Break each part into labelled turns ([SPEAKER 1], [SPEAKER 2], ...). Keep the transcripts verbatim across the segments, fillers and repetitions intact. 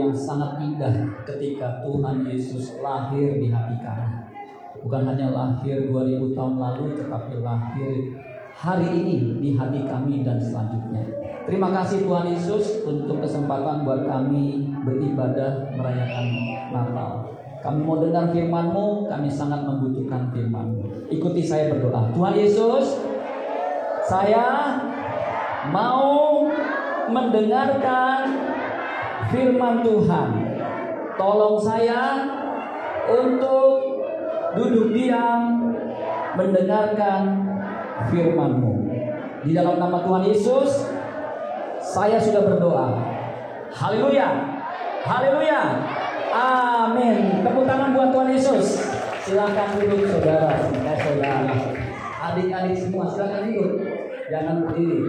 [SPEAKER 1] yang sangat indah ketika Tuhan Yesus lahir di hati kami. Bukan hanya lahir dua ribu tahun lalu, tetapi lahir hari ini di hati kami dan selanjutnya. Terima kasih Tuhan Yesus untuk kesempatan buat kami beribadah merayakan Natal. Kami mau dengar firman-Mu, kami sangat membutuhkan firman-Mu. Ikuti saya berdoa. Tuhan Yesus, saya mau mendengarkan firman Tuhan. Tolong saya untuk duduk diam mendengarkan firman-Mu. Di dalam nama Tuhan Yesus, saya sudah berdoa. Haleluya. Haleluya. Amin. Tepuk tangan buat Tuhan Yesus. Silakan duduk saudara, eh, saudara. Adik-adik semua silakan duduk. Jangan berdiri.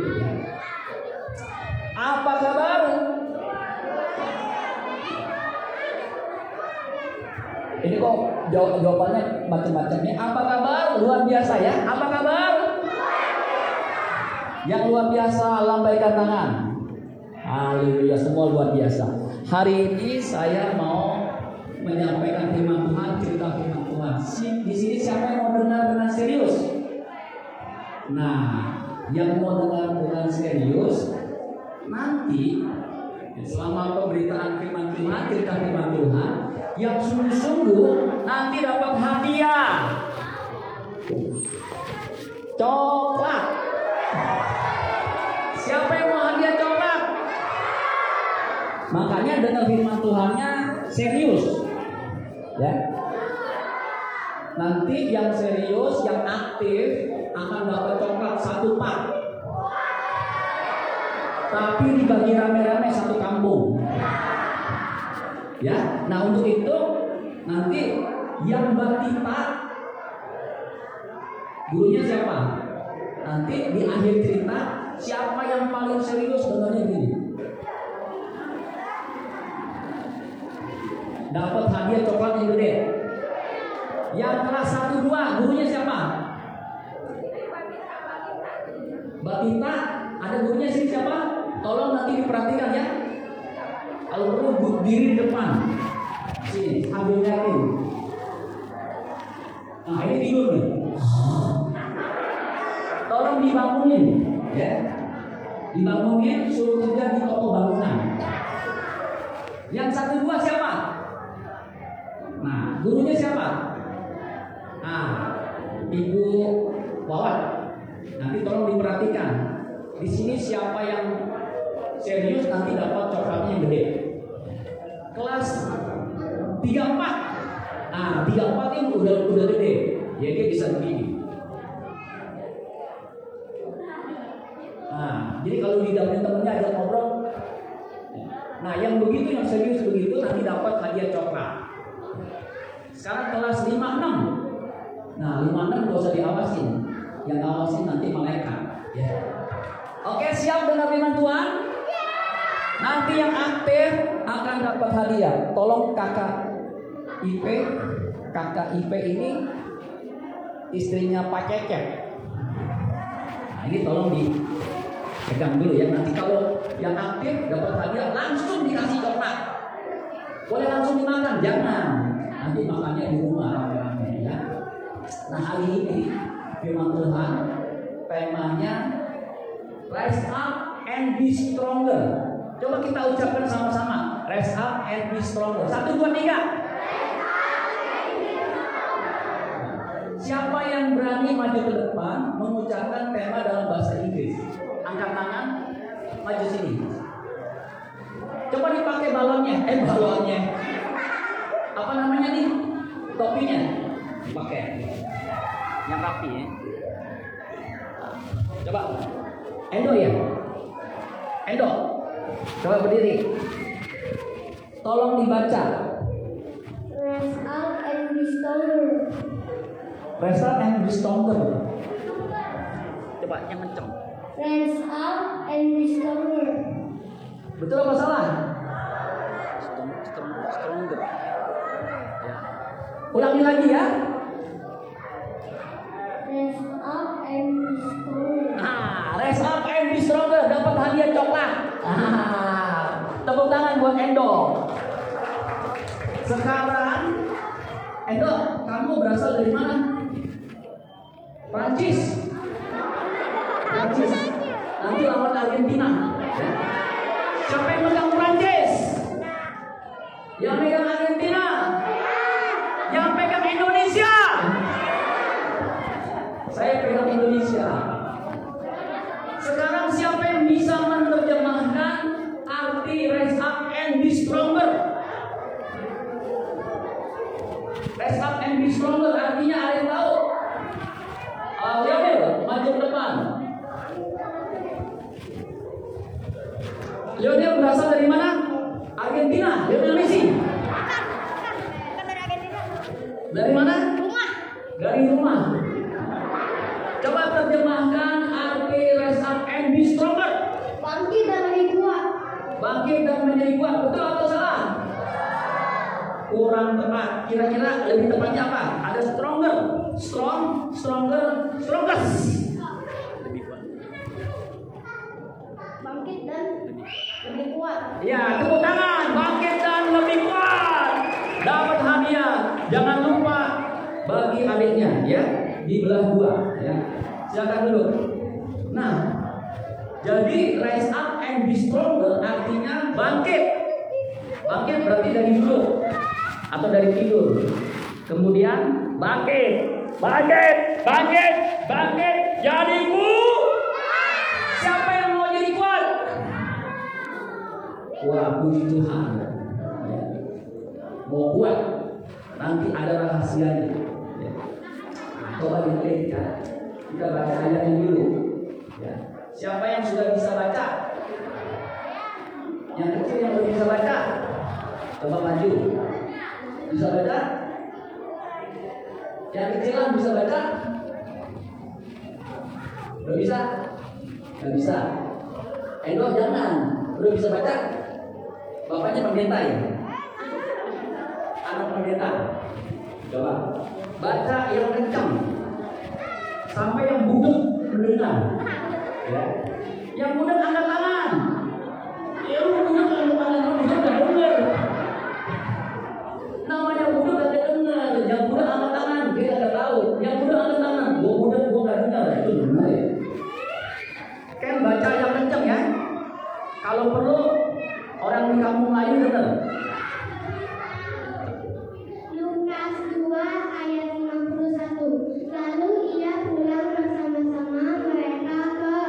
[SPEAKER 1] Apa kabar? Ini kok jawab jawabannya macam-macam ya. Apa kabar? Luar biasa ya. Apa kabar? Yang luar biasa lambaikan tangan. Haleluya, semua luar biasa. Hari ini saya mau menyampaikan firman Tuhan, cerita firman Tuhan. Di sini siapa yang mau dengar dengan serius? Nah, yang mau dengar dengan serius, nanti selama pemberitaan firman Tuhan, cerita firman Tuhan, yang sungguh-sungguh nanti dapat hadiah. Coklat. Siapa yang mau hadiah coklat? Makanya dengar firman Tuhannya serius. Ya. Nanti yang serius, yang aktif akan dapat coklat satu pak. Tapi dibagi rame-rame satu kampung. Ya. Nah, untuk itu nanti yang batita gurunya siapa? Nanti di akhir cerita siapa yang paling serius dengarnya gini, dapat hadiah coklat yang gede. Yang kelas satu dua gurunya siapa? Batita, ada gurunya sini siapa? Tolong nanti diperhatikan ya. Kalau perlu diri depan. Sini, ambil yakin. Nah, ini tidur nih. Tolong dibangunin, ya. Dibangunin, suruh kerja di toko bangunan. Yang satu dua siapa? Nah, gurunya siapa? Nah, Ibu Wawan. Nanti tolong diperhatikan. Di sini siapa yang serius nanti dapat coklatnya yang gede. Kelas tiga empat. Nah, tiga empat ini udah udah gede. Ya dia bisa begini. Nah, jadi kalau didampingi temennya ajak ngobrol. Nah, yang begitu, yang serius begitu nanti dapat hadiah coklat. Sekarang kelas lima enam. Nah, lima enam gak usah diawasin. Yang awasin nanti malaikat. Ya. Oke, siap dengar firman Tuhan? Nanti yang aktif akan dapat hadiah. Tolong kakak I P, kakak I P ini istrinya Pak Keket. Nah, ini tolong dipegang dulu ya. Nanti kalau yang aktif dapat hadiah langsung dikasih coklat. Boleh langsung dimakan, jangan. Nanti makannya di rumah rame-rame ya. Nah, hari ini firman Tuhan temanya Rise up and be stronger. Coba kita ucapkan sama-sama. Rise up and be stronger. Satu, dua, tiga. Siapa yang berani maju ke depan mengucapkan tema dalam bahasa Inggris? Angkat tangan, maju sini. Coba dipakai balonnya, eh balonnya. Apa namanya nih? Topinya. Dipakai. Yang rapi ya. Coba. Endo ya? Endo. Coba berdiri. Tolong dibaca.
[SPEAKER 2] Rise up and be stronger.
[SPEAKER 1] Rise up and be stronger. Coba yang kenceng.
[SPEAKER 2] Rise up and be stronger.
[SPEAKER 1] Betul apa salah? Strong, strong, stronger. Ya. Ulangi lagi ya.
[SPEAKER 2] Rise up and be stronger.
[SPEAKER 1] Nah, rise up and be stronger. Dapat hadiah coklat. Ah, tepuk tangan buat Endo. Sekarang, Endo, kamu berasal dari mana? Prancis. Prancis. Nanti lawan Argentina. Siapa yang megang Prancis? Yang megang Argentina? Yang pegang Indonesia? Saya pegang Indonesia. Sekarang siapa yang bisa menerjemahkan arti rise up and be stronger? Rise up and be stronger artinya ada yang tahu? Uh, Lionel, maju ke depan. Lionel berasal dari mana? Argentina. Lionel Messi. Dari mana?
[SPEAKER 2] Rumah.
[SPEAKER 1] Dari rumah. Coba terjemahkan arti rise up and be stronger.
[SPEAKER 2] Bangkit dan lebih kuat.
[SPEAKER 1] Bangkit dan menjadi kuat. Betul atau salah? Kurang tepat. Kira-kira lebih tepatnya apa? Ada stronger, strong, stronger, strongest.
[SPEAKER 2] Bangkit dan lebih kuat.
[SPEAKER 1] Ya, tepuk tangan. Bangkit dan lebih kuat. Dapat hadiah. Jangan lupa bagi adiknya, ya, di belah dua, ya. Silakan dulu. Nah, jadi rise up and be stronger artinya bangkit. Bangkit berarti dari dulu atau dari tidur. Kemudian bangkit, bangkit, bangkit, bangkit. Jadi kuat. Siapa yang mau jadi kuat? Wah, puji Tuhan. Ya. Mau kuat, nanti ada rahasianya. Ya. Coba dilihat, ya. Kita baca ayatnya dulu. Ya. Siapa yang sudah bisa baca? Yang kecil yang belum bisa baca, coba maju. Bisa baca? Yang kecilan bisa baca? Belum bisa? Gak bisa. Endo jangan. Belum bisa baca? Bapaknya pendeta ya? Anak pendeta. Coba baca yang kencang sampai yang budek mendengar. Ya. Yang budek angkat tangan. Ya lu budek angkat tangan, lu budek gak denger. Namanya budek gak denger. Yang budek angkat tangan, dia gak tahu. Yang budek angkat tangan, gua budek gua gak dengar. Itu benar ya. Kan baca yang kencang ya. Kalau perlu orang di kampung Melayu dengar.
[SPEAKER 2] Lukas dua ayat lima puluh satu. Lalu ia pulang bersama-sama mereka ke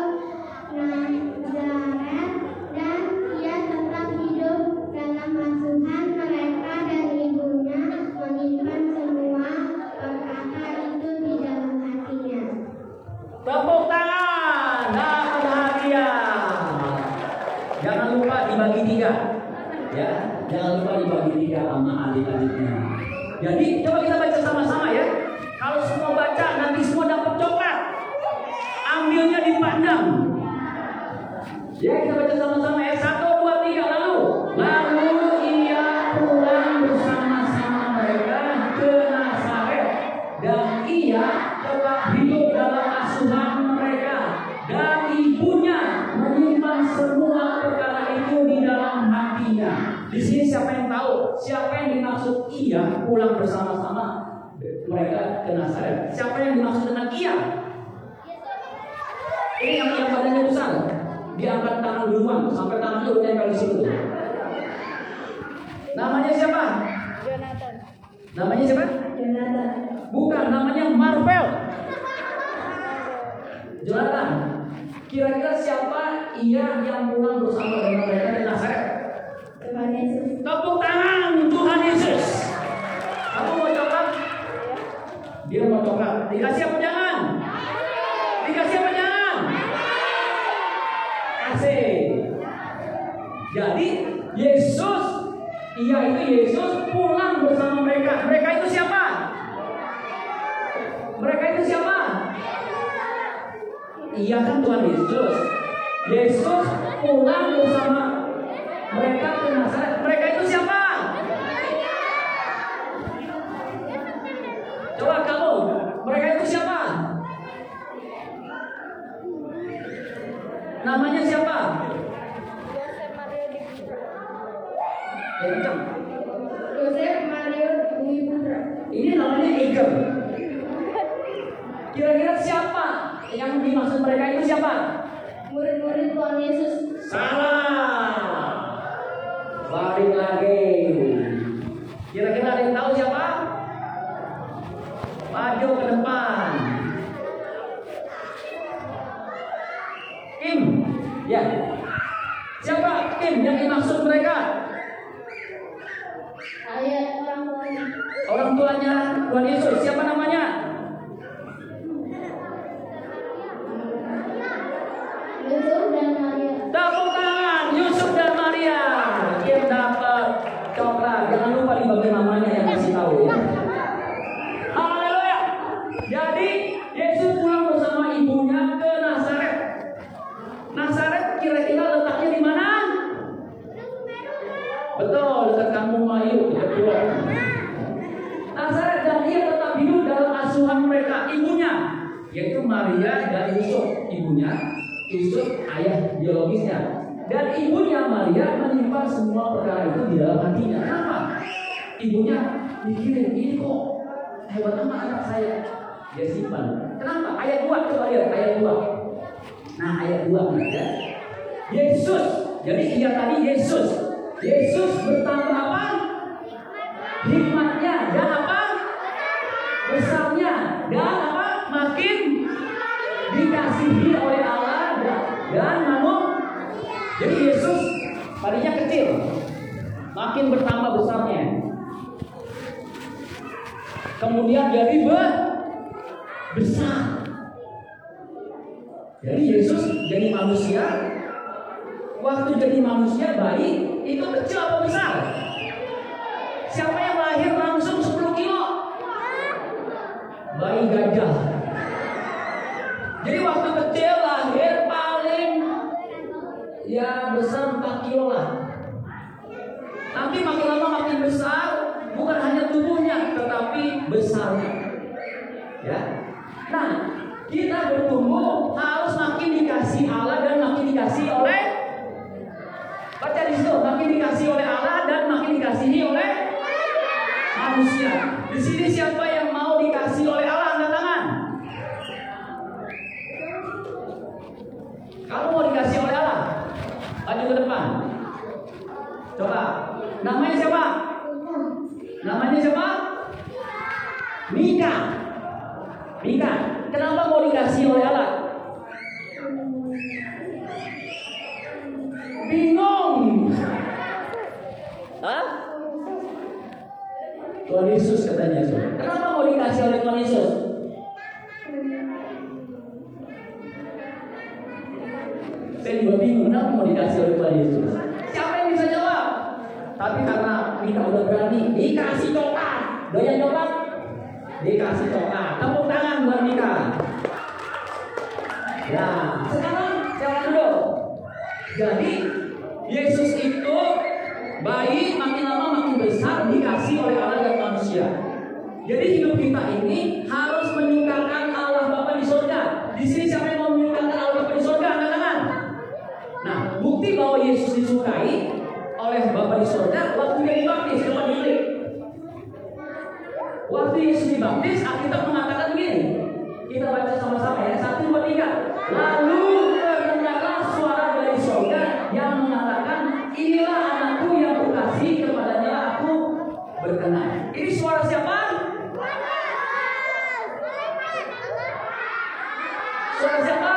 [SPEAKER 2] Nazaret dan ia tetap hidup dalam asuhan mereka dan ibunya menyimpan semua perkata itu di dalam hatinya.
[SPEAKER 1] Tepuk tangan, dapat hadiah. Jangan lupa dibagi tiga, ya. Jangan lupa dibagi tiga sama adik-adiknya. Jadi coba kita baca sama-sama ya. Kalau semua baca nanti semua dapat coklat. Ambilnya dipandang. Ya kita baca sama-sama ya. Satu, dua, tiga lalu. Lalu ia pulang bersama-sama mereka ke Nazaret dan ia tetap hidup dalam asuhan mereka dan ibunya menyimpan semua perkara itu di dalam hatinya. Di sini siapa yang tahu siapa yang dimaksud ia pulang bersama-sama mereka ke Nazaret? Siapa yang dimaksud dengan ia? Ini yang yang badannya besar. Diangkat tangan duluan sampai tangannya udah nempel di situ. Namanya siapa?
[SPEAKER 2] Jonathan.
[SPEAKER 1] Namanya siapa?
[SPEAKER 2] Jonathan.
[SPEAKER 1] Bukan, namanya Marvel. Jonathan. Kira-kira siapa ia yang pulang bersama dengan mereka di Nazaret?
[SPEAKER 2] Tuhan Yesus.
[SPEAKER 1] Tepuk tangan Tuhan Yesus. Kamu mau coklat? Dia mau coklat. Dikasih apa jangan? Dikasih apa jangan? Kasih. Jadi Yesus, ia itu Yesus pulang bersama mereka. Mereka itu siapa? Mereka itu siapa? Ia kan Tuhan Yesus. Yesus pulang bersama mereka ke Nazaret. Mereka itu siapa? Coba kamu, mereka itu siapa? Namanya siapa?
[SPEAKER 2] Yosef Maria di
[SPEAKER 1] Ya, kencang.
[SPEAKER 2] Yosef
[SPEAKER 1] Ya. Siapa tim yang dimaksud mereka?
[SPEAKER 2] Ayat orang tuanya.
[SPEAKER 1] Orang tuanya Tuhan Yesus. Siapa namanya?
[SPEAKER 2] Yusuf dan Maria.
[SPEAKER 1] Tepuk tangan, Yusuf dan Maria. Yang dapat coklat. Jangan lupa di bagian namanya yang kasih tahu ya. Haleluya. Jadi Yesus pulang bersama ibunya ke Nazaret. Nazaret kira-kira letaknya di mana? Betul, dekat kampung Melayu. Betul. Nazaret, dan ia tetap hidup dalam asuhan mereka, ibunya, yaitu Maria dan Yusuf, ibunya. Yusuf ayah biologisnya, dan ibunya Maria menyimpan semua perkara itu di dalam hatinya. Kenapa? Ibunya mikirin, ini kok hebat amat anak saya, dia simpan. Kenapa? Ayat dua, coba lihat ayat dua. Nah ayat dua ya. Yesus, jadi dia tadi Yesus, Yesus bertambah apa? Hikmatnya dan apa? Besarnya dan apa? Makin dikasihi oleh Allah dan manusia. Jadi Yesus tadinya kecil, makin bertambah besarnya. Kemudian jadi besar. Jadi Yesus jadi manusia. Waktu jadi manusia bayi itu kecil atau besar? Siapa yang lahir langsung sepuluh kilo? Bayi gajah. Jadi waktu kecil lahir paling ya besar empat kilo lah. Nanti makin lama makin besar, bukan hanya tubuhnya tetapi besarnya. Ya. Nah, kita bertumbuh harus makin dikasih Allah dan makin dikasih oleh, baca di situ, makin dikasih oleh Allah dan makin dikasihi oleh manusia. Di sini siapa yang mau dikasih oleh Allah? Angkat tangan. Kamu mau dikasih oleh Allah? Maju ke depan. Coba. Namanya siapa? Namanya siapa? Mika. Mika. Kenapa mau dikasih oleh Allah? Bingung. Hah? Tuhan Yesus katanya. Kenapa mau dikasih oleh Tuhan Yesus? Saya juga bingung kenapa mau dikasih oleh Tuhan Yesus. Siapa yang bisa jawab? Tapi karena Mika udah berani, dikasih coklat. Doyan coklat? Dikasih coklat. Tepuk tangan buat Mika. Ya, sekarang jangan dulu. Jadi Yesus itu bayi makin lama makin besar dikasih oleh Allah dan manusia. Jadi hidup kita ini harus menyukakan Allah Bapa di surga. Di sini siapa yang mau menyukakan Allah Bapa di surga? Angkat tangan. Nah, bukti bahwa Yesus disukai oleh Bapa di surga waktu dia dibaptis. Coba diklik. Waktu Yesus dibaptis, Alkitab mengatakan begini. Kita baca sama-sama ya. Satu, dua, tiga. Lalu terdengarlah suara dari surga yang mengatakan, inilah anakku yang kukasihi, kepadanya aku berkenan. Ini suara siapa? Suara siapa?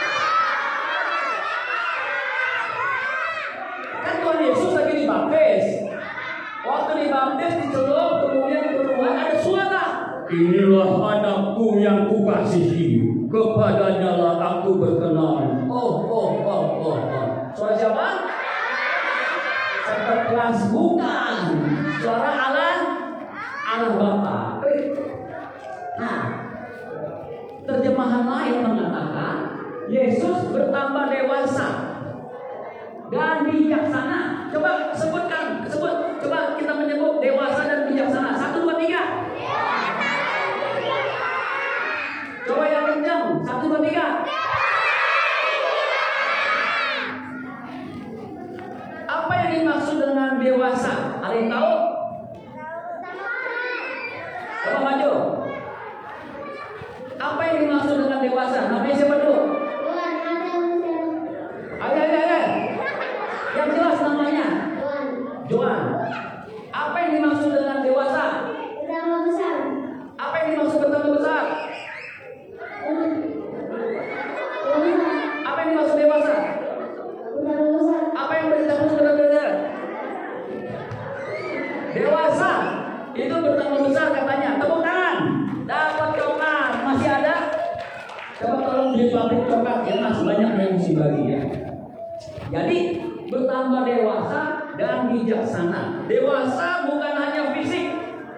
[SPEAKER 1] Kan Tuhan Yesus lagi dibaptis. Waktu dibaptis dicelup, kemudian keluar ada suara. Inilah anakku yang kukasihi, kepadanya lah aku berkenan. Oh, oh, oh, oh, oh. Suara siapa? Sekelas bukan. Suara Allah, Allah Bapa. Nah, terjemahan lain mengatakan Yesus bertambah dewasa dan bijaksana. Coba sebutkan, sebut. Coba kita menyebut dewasa dan bijaksana. Satu, dua, tiga. Coba yang kencang. Satu, dua, tiga. Apa yang dimaksud dengan dewasa? Ada yang tahu? Coba maju. Apa yang dimaksud dengan dewasa? Namanya siapa dulu? Ayo, ayo, ayo. Yang jelas namanya. Joan. Apa yang dimaksud dengan dewasa?
[SPEAKER 2] Bertambah besar.
[SPEAKER 1] Apa yang dimaksud bertambah besar? Apa yang dimaksud dewasa? mesti bagi ya. Jadi bertambah dewasa dan bijaksana. Dewasa bukan hanya fisik.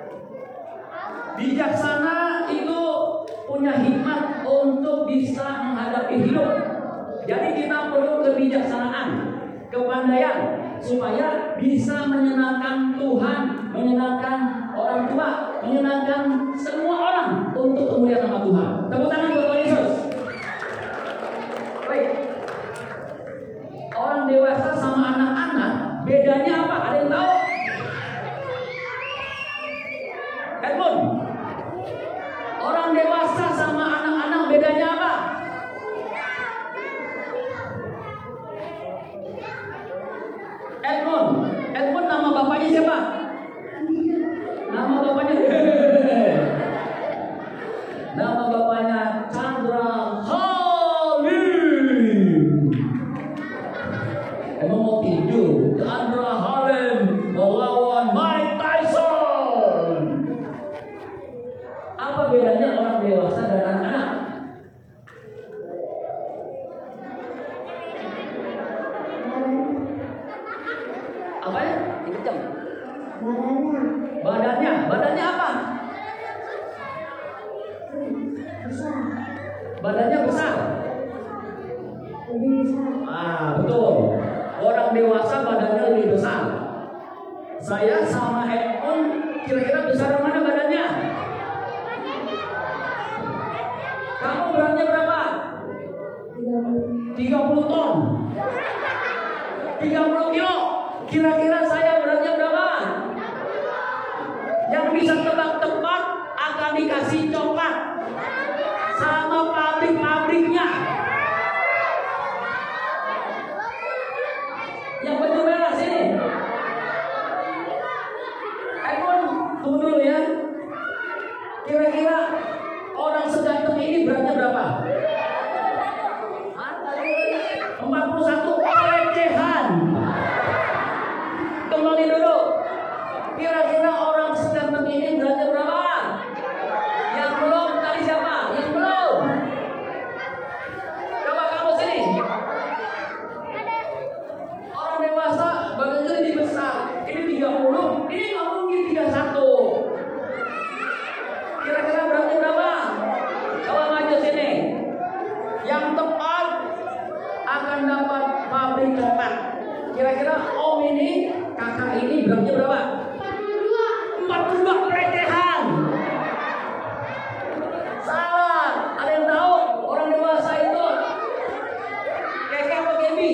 [SPEAKER 1] Bijaksana itu punya hikmat untuk bisa menghadapi hidup. Jadi kita perlu kebijaksanaan, kepandaian supaya bisa menyenangkan Tuhan, menyenangkan orang tua, menyenangkan semua orang untuk kemuliaan nama Tuhan. Tepuk tangan buat Tuhan Yesus. Baik. Orang dewasa sama anak-anak bedanya apa? Ada yang tahu? Edmund. Orang dewasa sama anak-anak bedanya apa? Edmund. Edmund nama bapaknya siapa? Nama bapaknya Nama bapaknya Chandra Halim. Emang mau tidur? Chandra Halim melawan Mike Tyson. Apa bedanya orang dewasa dan anak-anak? Apa ya? Ini jam.
[SPEAKER 2] Badannya.
[SPEAKER 1] Badannya, badannya apa?
[SPEAKER 2] Besar.
[SPEAKER 1] Badannya besar.
[SPEAKER 2] Lebih besar.
[SPEAKER 1] Ah, betul. Orang dewasa badannya lebih besar. Saya sama Edmund kira-kira besar mana badannya? Kamu beratnya berapa? tiga puluh ton. tiga puluh kilo. Kira-kira saya beratnya berapa? Yang bisa tebak-tebak akan dikasih coklat sama pabrik-pabriknya. Yang baju merah sini. Edmund, tunggu dulu ya. Kira-kira orang seganteng ini beratnya berapa? empat puluh satu. Pelecehan. Kembali dulu. Kira-kira orang seganteng ini beratnya berapa? Yang belum tadi siapa? Yang belum. Coba kamu sini. Orang dewasa badannya lebih besar. Ini tiga puluh. Ini nggak mungkin tiga puluh satu. Kira-kira beratnya berapa? Coba maju sini. Yang tepat akan dapat pabrik coklat. Kira-kira om ini, kakak ini beratnya berapa? empat puluh dua. Pelecehan. Salah. Ada yang tahu? Orang dewasa itu keke apa kebi?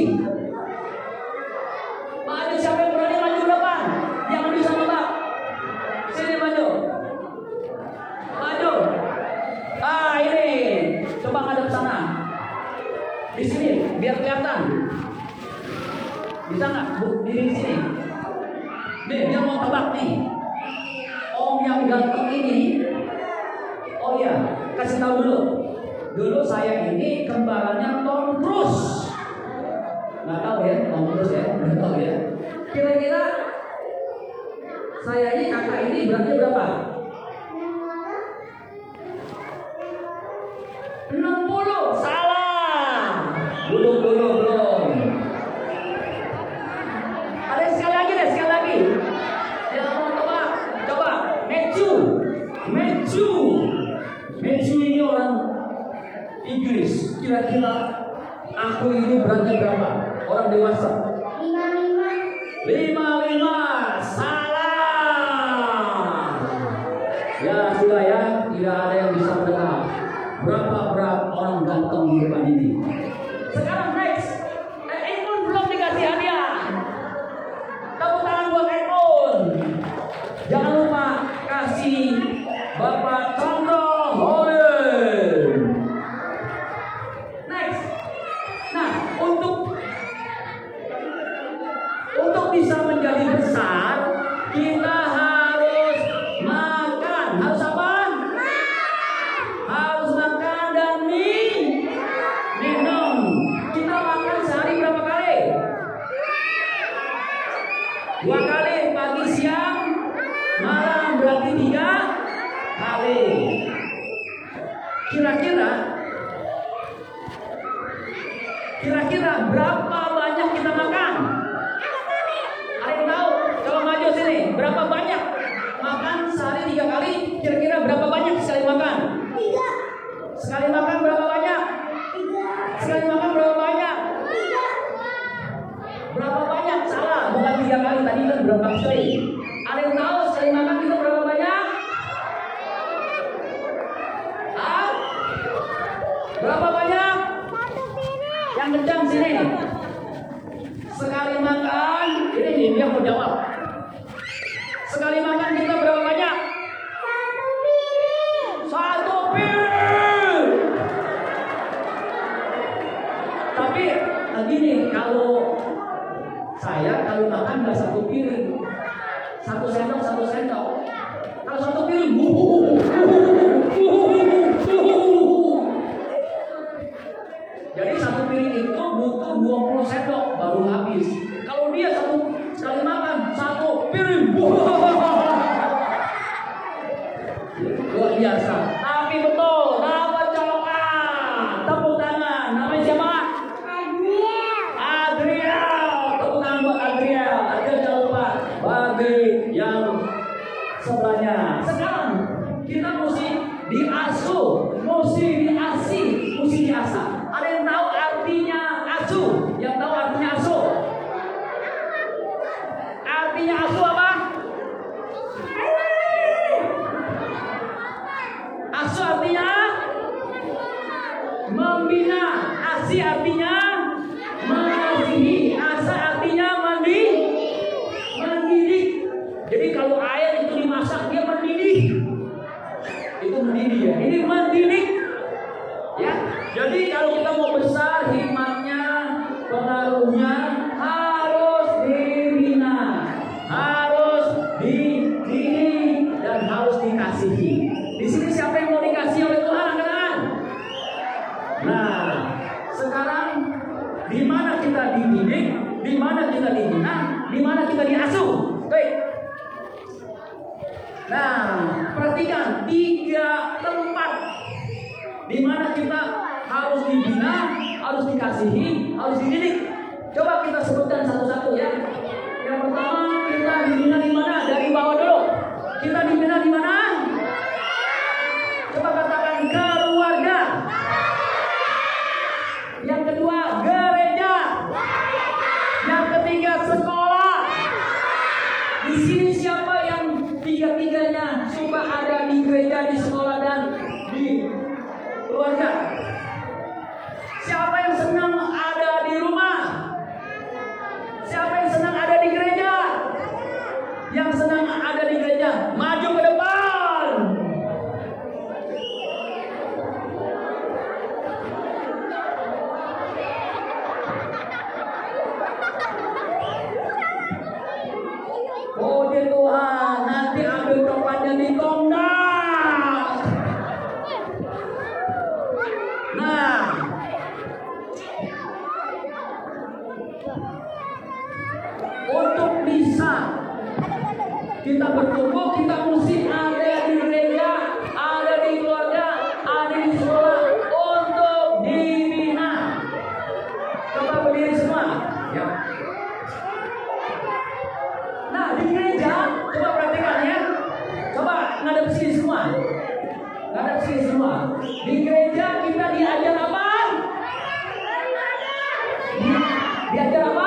[SPEAKER 1] Maju, siapa yang berani maju depan? Yang bisa nebak. Sini maju. Maju. Ah, ini. Coba ngadep sana. Di sini biar kelihatan. Bisa nggak? Bu, diri di sini. Nih, dia mau tebak nih. Om yang ganteng ini. Oh iya, kasih tahu dulu. Dulu saya ini kembarannya Tom Cruise. Nggak tahu ya, Tom Cruise ya, nggak tahu ya. Kira-kira saya ini kakak ini beratnya berapa? enam puluh. Salah. Duduk dulu belum. Ada sekali lagi deh, sekali lagi. Yang mau coba, coba. Matthew, Matthew, Matthew ini orang Inggris. Kira-kira aku ini beratnya berapa? Orang dewasa.
[SPEAKER 2] Lima lima.
[SPEAKER 1] Lima lima. Salah. Ya sudah ya, tidak ada yang bisa mendengar. Berapa berat orang ganteng di depan ini? Sekarang next. Eh, Edmund belum dikasih hadiah. Tepuk tangan buat Edmund. Jangan lupa kasih Bapak Chandra Halim. Next. Nah, untuk untuk bisa menjadi besar, kita harus makan. Harus apa? Harus makan dan mi- minum. Kita makan sehari berapa kali? Dua kali, pagi, siang, malam, berarti tiga kali. Kira-kira, kira-kira berapa banyak kita makan? Ada yang tahu? Coba maju sini. Berapa banyak? Makan sehari tiga kali. Kira-kira berapa banyak sekali makan?
[SPEAKER 2] Tiga.
[SPEAKER 1] Sekali makan berapa banyak?
[SPEAKER 2] Tiga.
[SPEAKER 1] Sekali makan berapa banyak?
[SPEAKER 2] Tiga.
[SPEAKER 1] Berapa banyak? Salah, bukan tiga kali. Tadi kan berapa kali? Ada yang tahu sekali makan kita berapa banyak? Hah? Berapa banyak?
[SPEAKER 2] Satu piring.
[SPEAKER 1] Yang kencang sini. Sekali makan, ini nih dia mau jawab. Sekali makan kita berapa banyak?
[SPEAKER 2] Satu piring.
[SPEAKER 1] Satu piring. Tapi gini, kalau saya kalau makan nggak satu piring, satu sendok satu sendok. Kalau satu piring, jadi satu piring itu butuh dua puluh sendok baru habis. Kalau dia satu sekali makan satu piring, luar biasa. Tapi betul, dapat colokan. Tepuk tangan. Namanya siapa?
[SPEAKER 2] Adriel.
[SPEAKER 1] Adriel. Tepuk tangan buat Adriel. Adriel jangan lupa bagi yang sebelahnya. Sekarang kita mesti diasuh, mesti diasih, mesti diasah. Ada yang tahu artinya asuh? Yang tahu artinya asuh? Artinya asuh apa? Asuh artinya membina, asih artinya mengasihi, asa artinya mandi, mendidik. Jadi kalau air itu dimasak dia mendidih, itu mendidih ya. Ini mendidik, ya. Jadi kalau kita mau besar, hikmatnya, pengaruhnya harus dibina, harus dididik dan harus dikasihi. Di sini siapa yang mau dikasih oleh Tuhan, angkat? Nah, sekarang di mana kita dididik, di mana kita dibina, di mana kita diasuh. Baik. Nah, perhatikan tiga tempat di mana kita harus dibina, harus dikasihi, harus dididik. Coba kita sebutkan satu-satu ya. Yang pertama, kita dibina di mana? Dari bawah dulu. Kita dibina di mana? Coba katakan keluarga. Yang kedua, gereja. Yang ketiga, sekolah. Di sini siapa yang tiga-tiganya suka ada di gereja, di sekolah, dan di keluarga? Siapa yang senang ada di rumah? Siapa yang senang ada di gereja? Yang senang ada di gereja, maju ke depan. Puji Tuhan, nanti ambil coklatnya di Komnas. Nah, untuk bisa kita bertumbuh, kita mesti ada di gereja, ada di keluarga, ada di sekolah untuk dibina. Coba berdiri semua, ya. Nah, di gereja, coba perhatikan ya. Coba ngadep sini semua. Ngadep sini semua. Di gereja kita diajar apa? Di, diajar apa?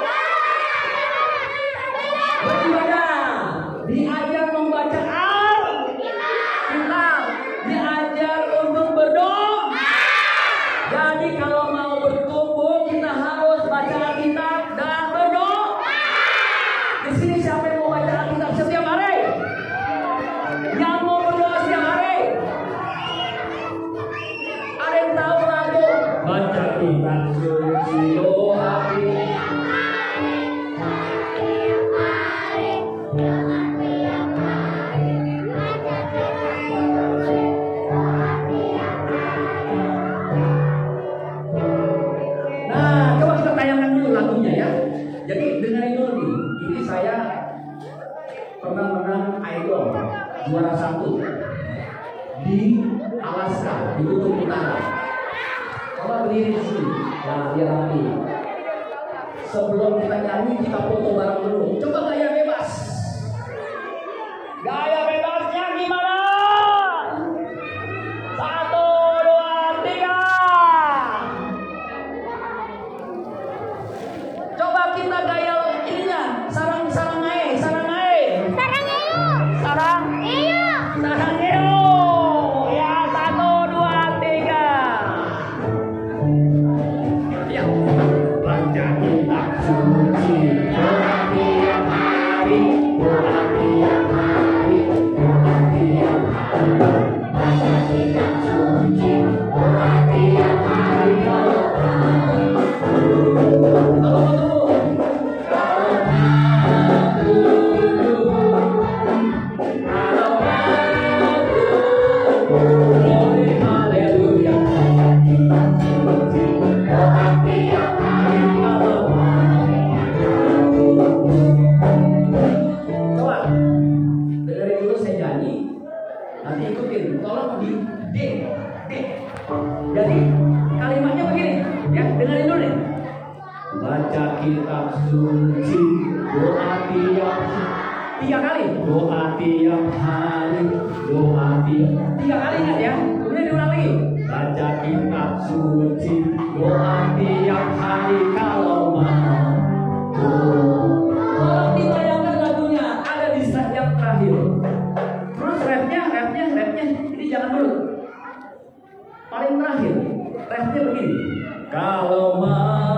[SPEAKER 1] Beribadah. Diajar membaca Alkitab. Diajar untuk berdoa. Jadi kalau mau bertumbuh, kita harus baca Alkitab dan berdoa. Di sini siapa yang mau baca Alkitab setiap hari? Yang mau berdoa setiap hari? Ada yang tahu lagu baca kitab suci doa Nah, coba kita tayangkan dulu lagunya ya. Jadi dengerin dulu nih. Ini saya pernah menang Idol juara satu di Alaska, di Kutub Utara. Coba berdiri di sini, nah biar rapi. Sebelum kita nyanyi, kita foto bareng dulu. Coba gaya bebas. Gaya bebasnya gimana? Satu, dua, tiga. Coba kita gaya ininya. Sarang, sarang ae, sarang ae.
[SPEAKER 2] Sarang ayo.
[SPEAKER 1] Sarang.
[SPEAKER 2] Iyo.
[SPEAKER 1] Sarang iyo. Ya, satu, dua, tiga. Ya. Baca kitab suci, doa tiap hari, doa tiap hari, doa tiap hari. Baca kitab suci, doa tiap hari, kalau kitab suci, doa tiap tiga kali, doa tiap hari, doa tiap tiga kali ingat ya. Kemudian diulang lagi. Baca kitab suci, doa tiap hari kalau mau. Tolong dibayangkan lagunya ada di slide yang terakhir. Terus refnya, refnya, refnya ini jangan dulu. Paling terakhir, refnya begini. Kalau mau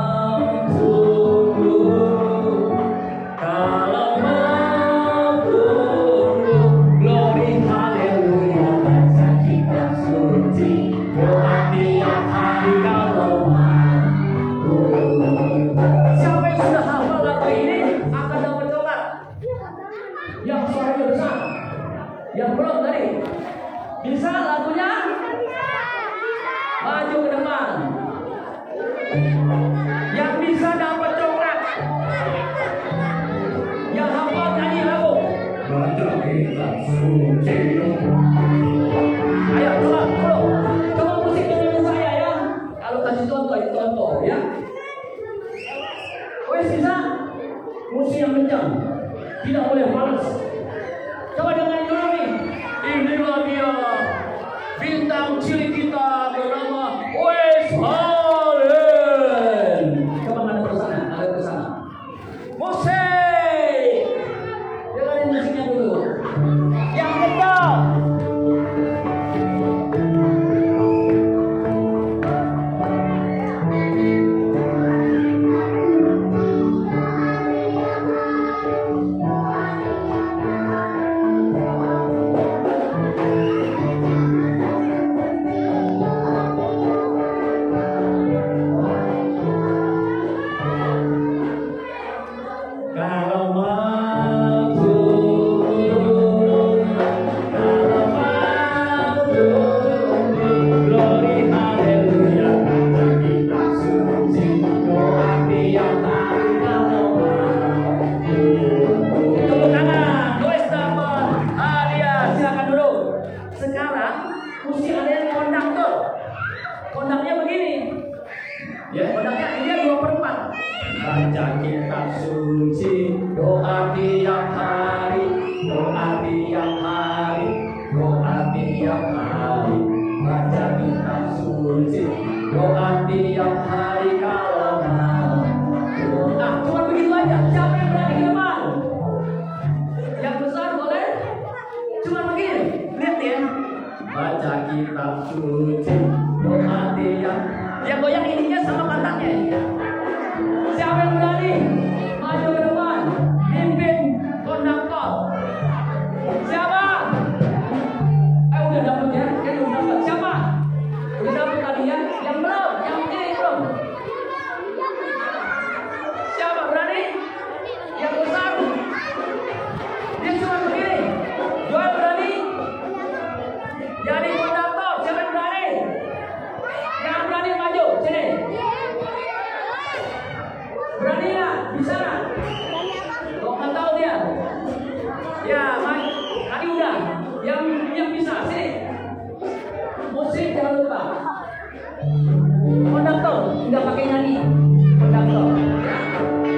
[SPEAKER 1] yang belum tadi bisa lagunya maju ke depan. Yang bisa dapat coklat, yang hafal nyanyi lagu. Baca kitab suci. Ayo coba, coba, coba musik dengan saya ya. Kalau kasih contoh, itu contoh ya. Wes bisa musik yang kencang, tidak boleh fals. Coba dengerin dulu nih. Inilah dia bintang cilik kita bernama Westfalen. Coba ngadep ke sana, ngadep ke sana. Musik. Dengerin musiknya dulu. Yang kencang. Konduktor, nggak pakai nyanyi. Konduktor.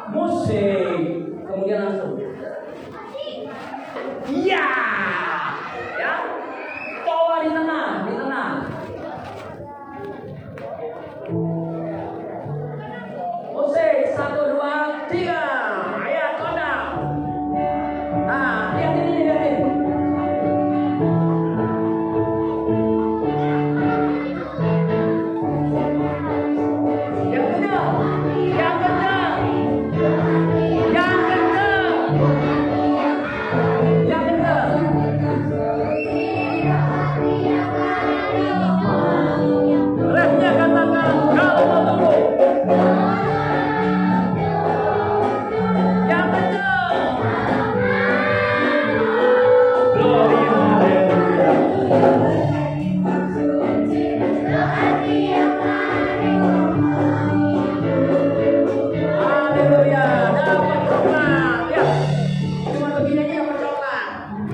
[SPEAKER 1] musik. Kemudian langsung. Iya. Ya. Coba di tengah, di tengah. Musik satu dua tiga. Ayo kodak. Nah, lihat ini, lihat ini. Yang kencang, yang kencang, yang kencang, yang kencang. Refnya katakan kalau mau tunggu. Yang kencang. Glory haleluya. Dapat coklat. Ya. Cuma begini aja dapat coklat.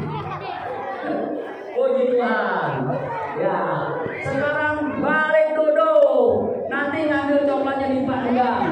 [SPEAKER 1] Puji Tuhan. Ya. Sekarang balik duduk. Nanti ngambil coklatnya di panggang.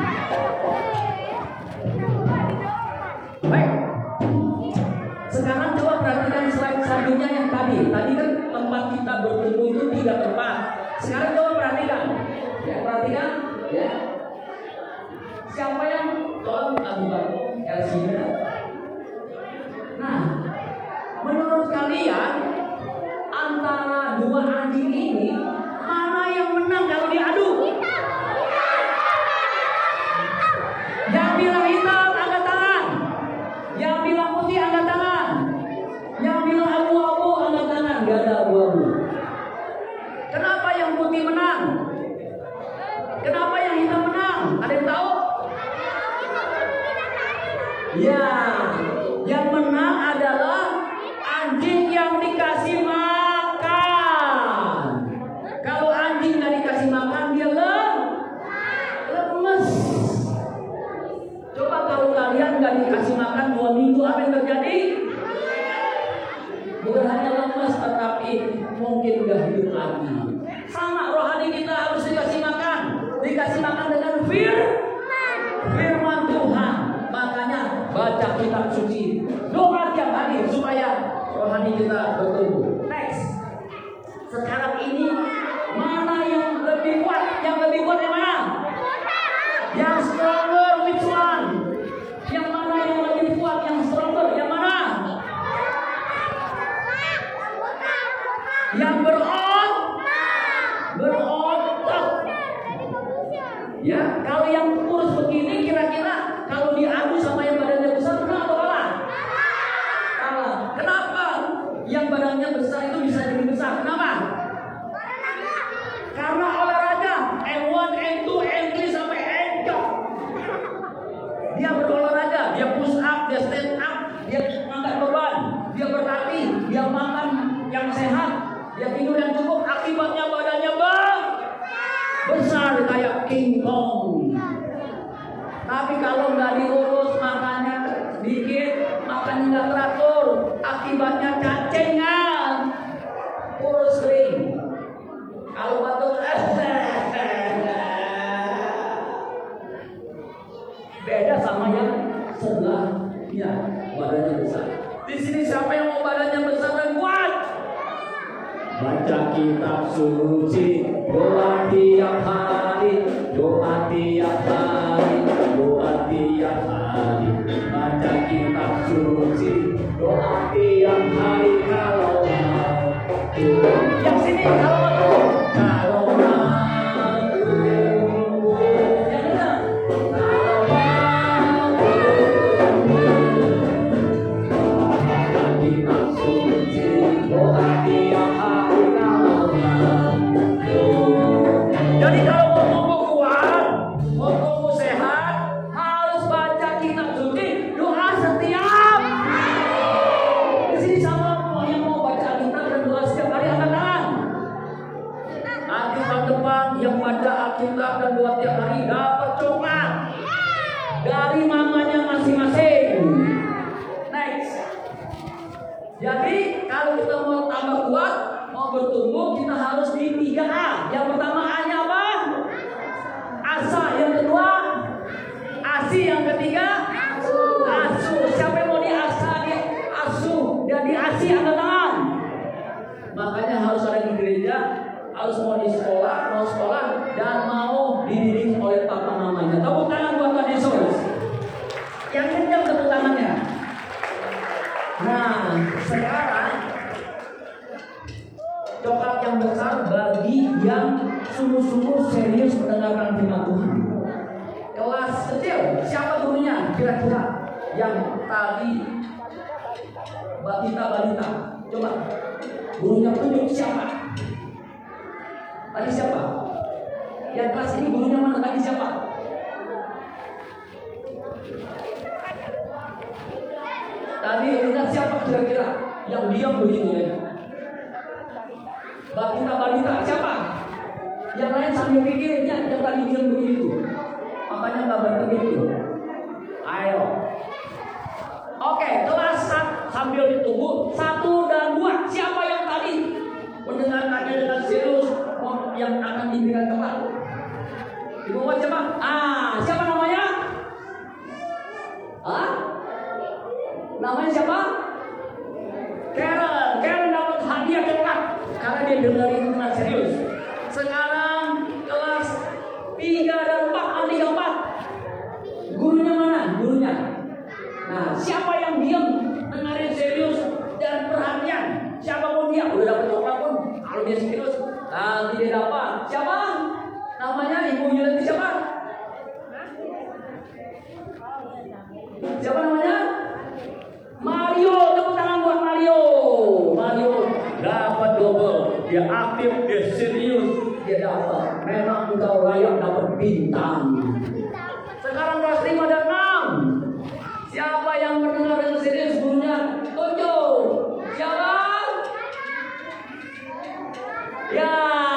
[SPEAKER 1] Baik. Sekarang coba perhatikan slide selanjutnya yang tadi. Tadi kan tempat kita berkumpul itu tiga tempat. Sekarang coba perhatikan. Ya, perhatikan. Ya. Siapa yang tolong lakukan L C D? Nah, menurut kalian antara dua anjing ini mana yang menang kalau diadu? Yang bilang hitam angkat tangan. Yang bilang putih angkat tangan. Yang bilang abu-abu angkat tangan. Gak ada abu-abu. Kenapa yang putih menang? Kenapa yang hitam menang? Ada yang tahu? Ya, yang menang adalah anjing yang dikasih makan. Kalau anjing nggak dikasih makan, dia lem, lemes. Coba kalau kalian nggak dikasih makan dua minggu, apa yang terjadi? Bukan hanya lemes, tetapi mungkin nggak hidup lagi. Sama rohani kita harus dikasih makan, dikasih makan dengan firman, firman Tuhan. Makanya baca kitab suci, doa tiap hari supaya rohani kita bertumbuh. Next. Sekarang ini mana yang lebih kuat? Yang lebih kuat yang mana? Yang stronger which one? Yang mana yang lebih kuat? Yang stronger yang mana? Yang berotot. Berotot. Ya, kalau yang kurus begini kira-kira kalau diadu sama yang badannya besar, menang atau kalah? Kalah. Kenapa? Yang badannya besar itu bisa jadi besar. Kenapa? Karena olahraga. M satu, M dua, M tiga sampai M empat. Dia berolahraga, dia push up, dia stand up, dia angkat beban, dia berlatih, dia makan yang sehat, dia tidur yang cukup. Akibatnya badannya besar kayak King Kong. Tapi kalau nggak diurus, makannya dikit, makannya nggak teratur, akibatnya cacengan, kurus kering. Kalau batuk, beda sama yang sebelahnya, badannya besar. Di sini siapa yang mau badannya besar dan kuat? Baca kitab suci, doa tiap hari, doa tiap hari, doa tiap hari. Baca kitab suci, doa tiap hari kalau mau. Yang sini kalau mau, kalau mau. Yang mana? Kalau mau. Baca kitab suci, doa tiap hari. Jadi kalau mau tumbuh kuat, mau tumbuh sehat, harus baca kitab suci, doa setiap. Di sini sama yang mau baca kitab dan doa setiap hari angkat tangan. Nanti tahun depan yang baca kitab dan doa setiap hari dapat coklat dari mamanya masing-masing. Next. Jadi kalau kita mau tambah kuat, mau bertumbuh, kita harus di tiga A. Yang pertama A-nya apa? Asa. Yang kedua A C. Kasih. Yang ketiga, asuh. Siapa yang mau diasuh, diasuh dan diasih angkat tangan. Makanya harus ada di gereja, harus mau di sekolah, mau sekolah dan mau dididik oleh papa mamanya. Tepuk tangan buat Tuhan Yesus. Yang kencang tepuk tangannya. Nah, sekarang coklat yang besar bagi yang sungguh-sungguh serius mendengarkan firman Tuhan. Kelas kecil, siapa gurunya? Kira-kira yang tadi balita-balita. Coba gurunya tunjuk siapa? Tadi siapa? Yang kelas ini gurunya mana? Tadi siapa? Tadi ingat siapa kira-kira yang diam begitu ya? Balita-balita siapa? Yang lain sambil pikirnya, yang tadi diam begitu. Makanya nggak begitu. Ayo. Oke, kelas sambil ditunggu satu dan dua. Siapa yang tadi mendengarkannya dengan serius yang akan diberikan tempat? Ibu mau siapa? Ah, siapa namanya? Ah? Namanya siapa? Karen. Karen dapat hadiah coklat karena dia dengerin dengan serius. Sekarang kelas tiga dan empat, tiga empat. Gurunya mana? Gurunya. Nah, siapa yang diam dengerin serius dan perhatian? Siapapun dia udah dapat coklat pun, kalau dia serius, nanti dia dapat. Siapa? Namanya Ibu Yulati siapa? Siapa namanya? Mario. Tepuk tangan buat Mario. Mario dapat double. Dia aktif, dia serius, dia dapat. Memang engkau layak dapat bintang. Sekarang kelas lima dan enam. Siapa yang mendengar dengan serius gurunya? Tunjuk. Siapa? Ya,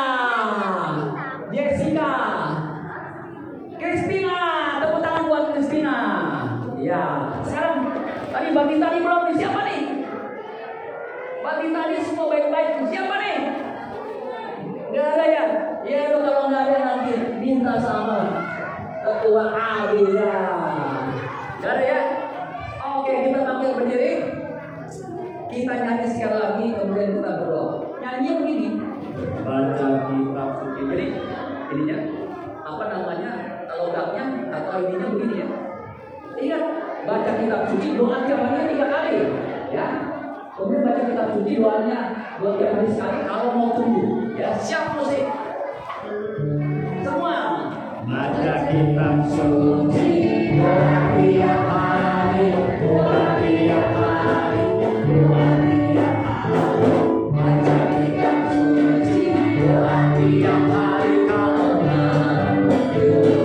[SPEAKER 1] Jessica. Christina. Tepuk tangan buat Christina. Ya, sekarang tadi batin tadi belum nih. Siapa nih? Batin tadi semua baik-baik. Siapa nih? Gak ada ya? Ya dong, kalau gak ada nanti minta sama ketua Adi ya. Gak ada ya? Oke, kita tampil berdiri. Kita nyanyi sekali lagi, kemudian kita berdoa. Nyanyi begini. Baca kitab suci. Jadi ininya apa namanya? Logatnya atau ininya begini ya. Ingat, baca kitab suci, doa tiap hari tiga kali, ya. Kemudian baca kitab suci, doanya dua tiap hari sekali. Kalau mau tunggu, ya siap musik. Semua baca kitab suci, doa tiap hari, doa tiap hari, doa tiap hari. Baca kitab suci, doa tiap hari kalau mau.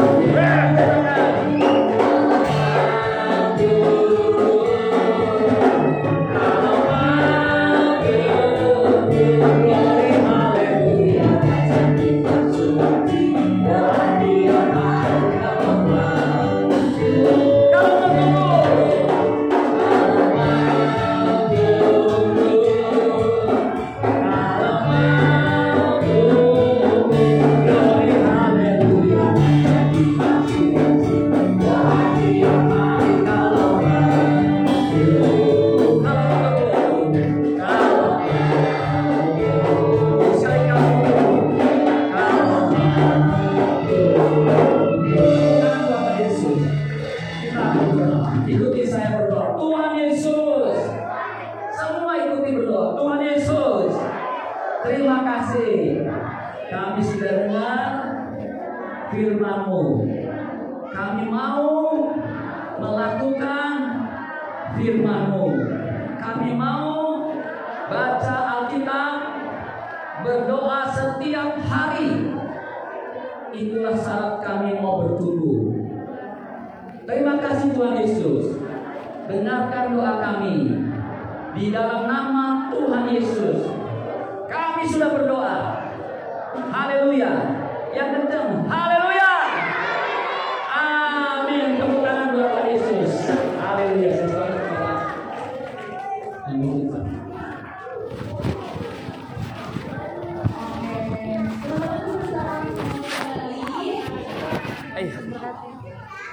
[SPEAKER 1] Ikuti saya berdoa. Tuhan Yesus. Semua ikuti berdoa. Tuhan Yesus, terima kasih. Kami sudah dengar firman-Mu. Kami mau melakukan firman-Mu. Kami mau baca Alkitab, berdoa setiap hari. Itulah syarat kami mau bertumbuh. Terima kasih Tuhan Yesus. Dengarkan doa kami. Di dalam nama Tuhan Yesus kami sudah berdoa. Haleluya. Yang kencang, haleluya. Amin. Tepuk tangan buat Tuhan Yesus. Haleluya. Amin. Ayo.